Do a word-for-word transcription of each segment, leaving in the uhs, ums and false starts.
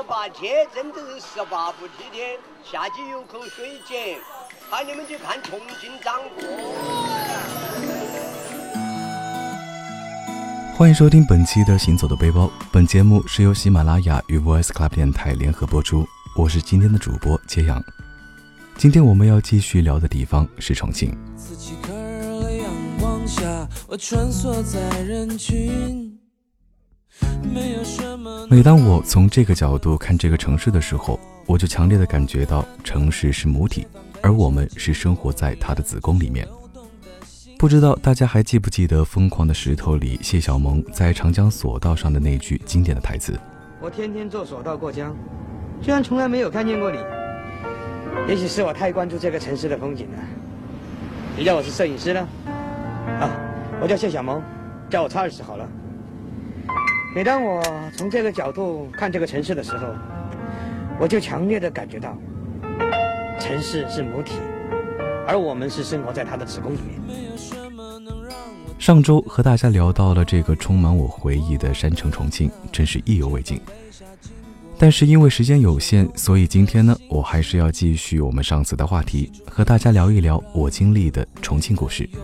十八天，真的是十八伏七天，夏季有口水碱，喊你们去看重庆掌舵。 欢迎收听本期的行走的背包，本节目是由喜马拉雅与 Voice Club 电台联合播出，我是今天的主播揭阳。今天我们要继续聊的地方是重庆。 自己克尔的阳光下，我穿梭在人群，没有什么。 每当我从这个角度看这个城市的时候，我就强烈的感觉到城市是母体，而我们是生活在它的子宫里面。不知道大家还记不记得《疯狂的石头》里谢小萌在长江索道上的那句经典的台词： 我天天坐索道过江，居然从来没有看见过你。也许是我太关注这个城市的风景了。你叫我是摄影师呢？啊，我叫谢小萌，叫我查尔斯好了。每当我从这个角度看这个城市的时候，我就强烈的感觉到，城市是母体，而我们是生活在它的子宫里面。 上周和大家聊到了这个充满我回忆的山城重庆，真是意犹未尽。但是因为时间有限，所以今天呢，我还是要继续我们上次的话题，和大家聊一聊我经历的重庆故事。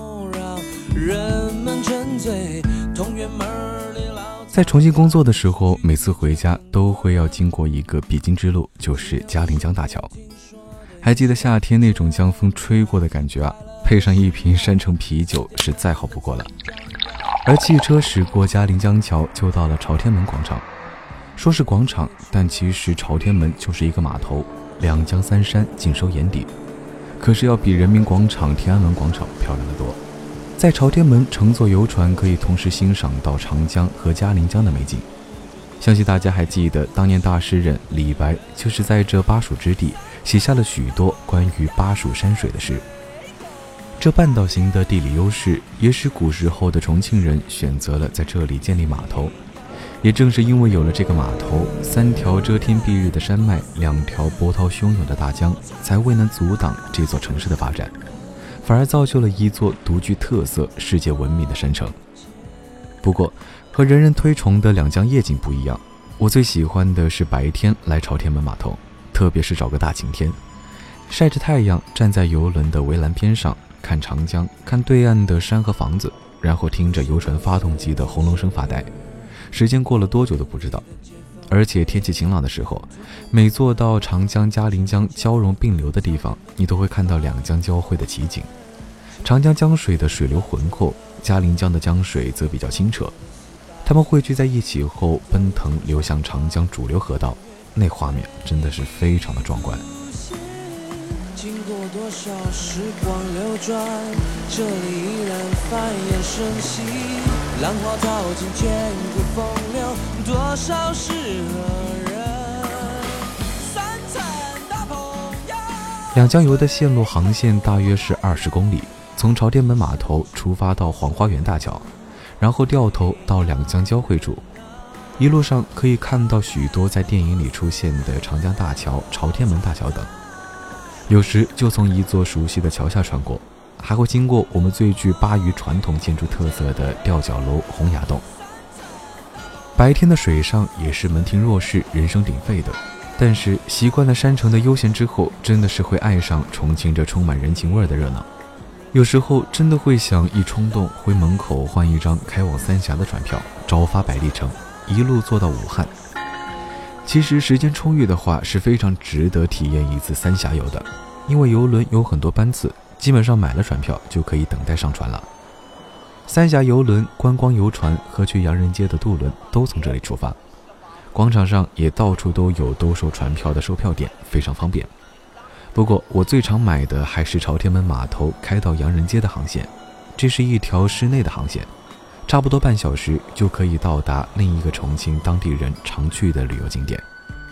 在重庆工作的时候，每次回家都会要经过一个必经之路，就是嘉陵江大桥。还记得夏天那种江风吹过的感觉啊，配上一瓶山城啤酒是再好不过了。而汽车驶过嘉陵江桥，就到了朝天门广场。说是广场，但其实朝天门就是一个码头，两江三山尽收眼底，可是要比人民广场、天安门广场漂亮得多。在朝天门乘坐游船，可以同时欣赏到长江和嘉陵江的美景。相信大家还记得，当年大诗人李白就是在这巴蜀之地写下了许多关于巴蜀山水的诗。这半岛型的地理优势，也使古时候的重庆人选择了在这里建立码头。也正是因为有了这个码头，三条遮天蔽日的山脉，两条波涛汹涌的大江，才未能阻挡这座城市的发展，反而造就了一座独具特色、世界闻名的山城。不过，和人人推崇的两江夜景不一样，我最喜欢的是白天来朝天门码头，特别是找个大晴天，晒着太阳，站在游轮的围栏边上，看长江，看对岸的山和房子，然后听着游船发动机的轰隆声发呆。时间过了多久都不知道，而且天气晴朗的时候，每坐到长江、嘉陵江交融并流的地方，你都会看到两江交汇的奇景。长江江水的水流浑厚，嘉陵江的江水则比较清澈，它们汇聚在一起后奔腾流向长江主流河道，那画面真的是非常的壮观。 经过多少时光流转，这里依然繁衍生息，浪花淘尽千古风流，多少诗和人三餐大朋友。 两江游的线路航线大约是二十公里，从朝天门码头出发到黄花园大桥，然后掉头到两江交汇处。一路上可以看到许多在电影里出现的长江大桥、朝天门大桥等。有时就从一座熟悉的桥下穿过，还会经过我们最具巴渝传统建筑特色的吊脚楼洪崖洞。白天的水上也是门庭若市、人声鼎沸的，但是习惯了山城的悠闲之后，真的是会爱上重庆这充满人情味的热闹。有时候真的会想一冲动回门口换一张开往三峡的船票，朝发百里程，一路坐到武汉。其实时间充裕的话，是非常值得体验一次三峡游的，因为游轮有很多班次，基本上买了船票就可以等待上船了。三峡游轮、观光游船和去洋人街的渡轮都从这里出发，广场上也到处都有兜售船票的售票点，非常方便。不过我最常买的还是朝天门码头开到洋人街的航线，这是一条市内的航线，差不多半小时就可以到达另一个重庆当地人常去的旅游景点。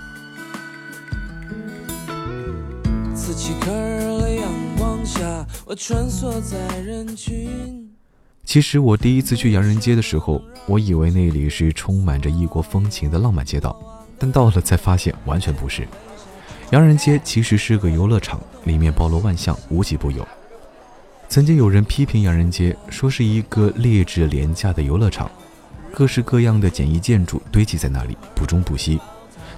自己克尔的阳光下，我穿梭在人群。 其实我第一次去洋人街的时候，我以为那里是充满着异国风情的浪漫街道，但到了才发现完全不是。洋人街其实是个游乐场，里面包罗万象，无奇不有。曾经有人批评洋人街，说是一个劣质廉价的游乐场，各式各样的简易建筑堆积在那里，不中不西，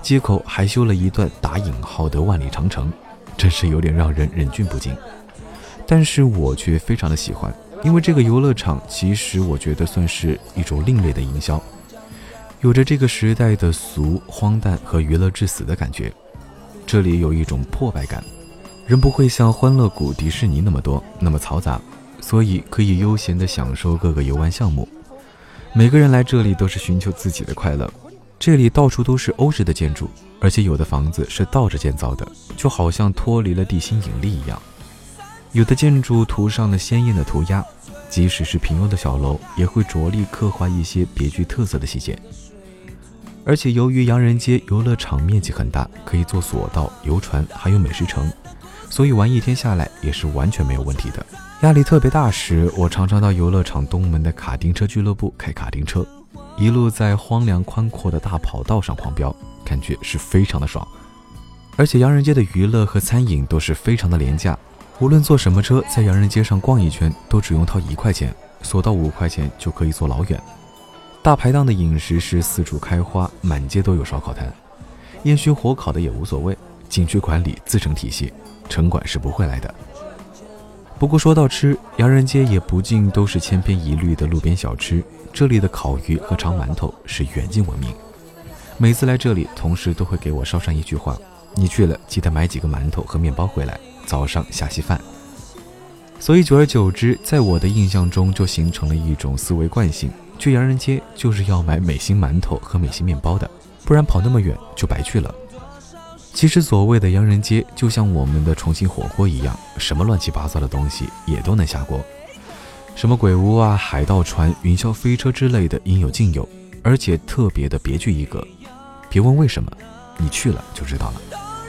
街口还修了一段打引号的万里长城，真是有点让人忍俊不禁。但是我却非常的喜欢，因为这个游乐场其实我觉得算是一种另类的营销，有着这个时代的俗、荒诞和娱乐至死的感觉。这里有一种破败感，人不会像欢乐谷、迪士尼那么多那么嘈杂，所以可以悠闲地享受各个游玩项目。每个人来这里都是寻求自己的快乐。这里到处都是欧式的建筑，而且有的房子是倒着建造的，就好像脱离了地心引力一样。有的建筑涂上了鲜艳的涂鸦，即使是平庸的小楼也会着力刻画一些别具特色的细节。而且由于洋人街游乐场面积很大，可以坐索道、游船还有美食城，所以玩一天下来也是完全没有问题的。压力特别大时，我常常到游乐场东门的卡丁车俱乐部开卡丁车，一路在荒凉宽阔的大跑道上狂飙，感觉是非常的爽。而且洋人街的娱乐和餐饮都是非常的廉价，无论坐什么车，在洋人街上逛一圈都只用掏一块钱，索道五块钱就可以坐老远。大排档的饮食是四处开花，满街都有烧烤摊，烟熏火烤的也无所谓，景区管理自成体系，城管是不会来的。不过说到吃，洋人街也不尽都是千篇一律的路边小吃，这里的烤鱼和长馒头是远近闻名。每次来这里，同事都会给我捎上一句话：你去了记得买几个馒头和面包回来，早上下稀饭。所以久而久之，在我的印象中就形成了一种思维惯性，去洋人街就是要买美心馒头和美心面包的，不然跑那么远就白去了。其实所谓的洋人街就像我们的重庆火锅一样，什么乱七八糟的东西也都能下锅，什么鬼屋啊、海盗船、云霄飞车之类的应有尽有，而且特别的别具一格。别问为什么，你去了就知道了。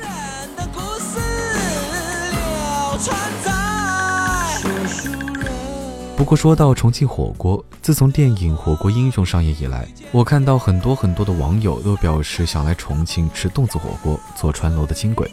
不过说到重庆火锅，自从电影《火锅英雄》上映以来，我看到很多很多的网友都表示想来重庆吃洞子火锅，坐川楼的轻轨。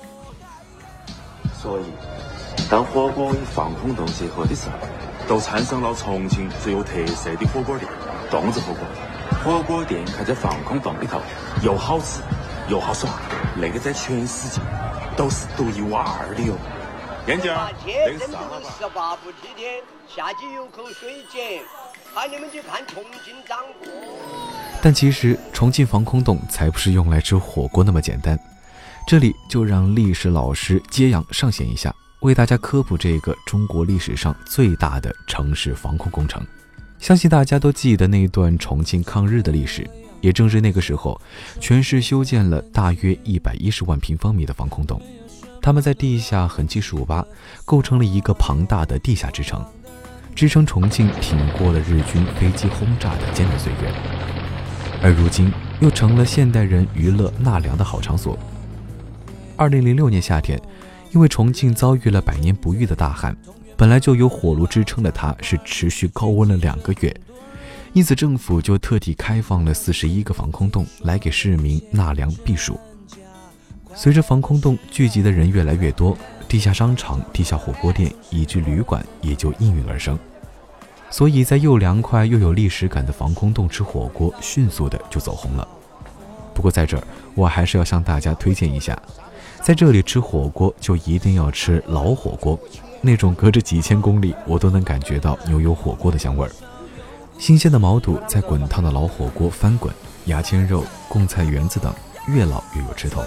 所以当火锅与防空洞结合的时候，都产生了重庆最有特色的火锅店——洞子火锅。火锅店开在防空洞里头，又好吃又好耍，那个在全世界都是独一无二的哟。眼镜， 八天整整十八步之天，夏季有口水井，喊你们去看重庆掌舵。 但其实重庆防空洞才不是用来吃火锅那么简单，这里就让历史老师揭阳上线一下，为大家科普这个中国历史上最大的城市防空工程。相信大家都记得那段重庆抗日的历史，也正是那个时候，全市修建了大约一百一十万平方米的防空洞。他们在地下横七竖八，构成了一个庞大的地下支撑，支撑重庆挺过了日军飞机轰炸的艰难岁月，而如今又成了现代人娱乐纳凉的好场所。二零零六年夏天，因为重庆遭遇了百年不遇的大旱，本来就有火炉支撑的它是持续高温了两个月，因此政府就特地开放了四十一个防空洞来给市民纳凉避暑。随着防空洞聚集的人越来越多，地下商场、地下火锅店以及旅馆也就应运而生。所以在又凉快又有历史感的防空洞吃火锅迅速的就走红了。不过在这儿我还是要向大家推荐一下，在这里吃火锅就一定要吃老火锅，那种隔着几千公里我都能感觉到牛油火锅的香味儿。新鲜的毛肚在滚烫的老火锅翻滚，牙签肉、贡菜圆子等越老越有吃头。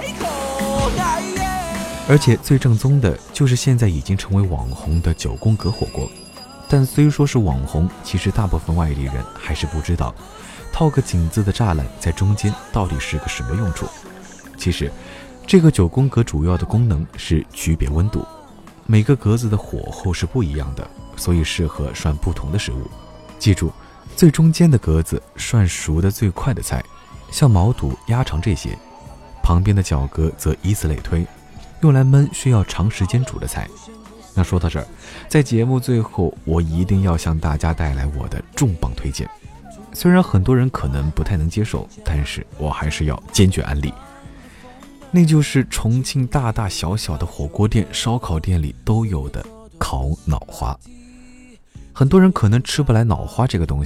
而且最正宗的就是现在已经成为网红的九宫格火锅。但虽说是网红，其实大部分外地人还是不知道套个井字的栅栏在中间到底是个什么用处。其实这个九宫格主要的功能是区别温度，每个格子的火候是不一样的，所以适合涮不同的食物。记住，最中间的格子涮熟的最快的菜，像毛肚、鸭肠这些，旁边的角格则以此类推，用来焖需要长时间煮的菜。那说到这儿，在节目最后我一定要向大家带来我的重磅推荐。虽然很多人可能不太能接受，但是我还是要坚决安利。那就是重庆大大小小的火锅店、烧烤店里都有的烤脑花。很多人可能吃不来脑花这个东西啊，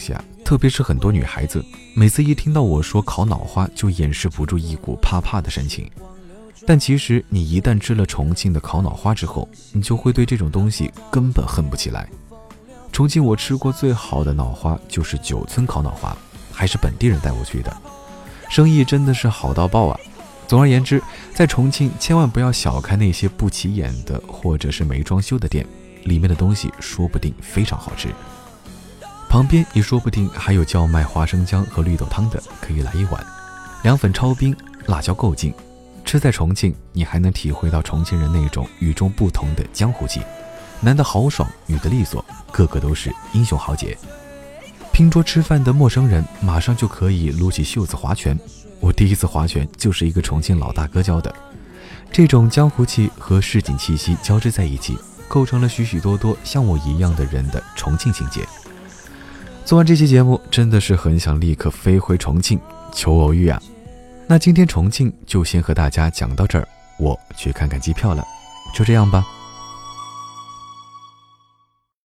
特别是很多女孩子，每次一听到我说烤脑花，就掩饰不住一股怕怕的神情。但其实你一旦吃了重庆的烤脑花之后，你就会对这种东西根本恨不起来。重庆我吃过最好的脑花就是九村烤脑花，还是本地人带我去的，生意真的是好到爆啊！总而言之，在重庆千万不要小看那些不起眼的或者是没装修的店，里面的东西说不定非常好吃。旁边也说不定还有叫卖花生姜和绿豆汤的，可以来一碗。凉粉超冰，辣椒够劲。吃在重庆，你还能体会到重庆人那种与众不同的江湖气，男的豪爽，女的利索，个个都是英雄豪杰。拼桌吃饭的陌生人马上就可以撸起袖子划拳，我第一次划拳就是一个重庆老大哥教的。这种江湖气和市井气息交织在一起，构成了许许多多像我一样的人的重庆情节。做完这期节目，真的是很想立刻飞回重庆求偶遇啊！那今天重庆就先和大家讲到这儿，我去看看机票了，就这样吧。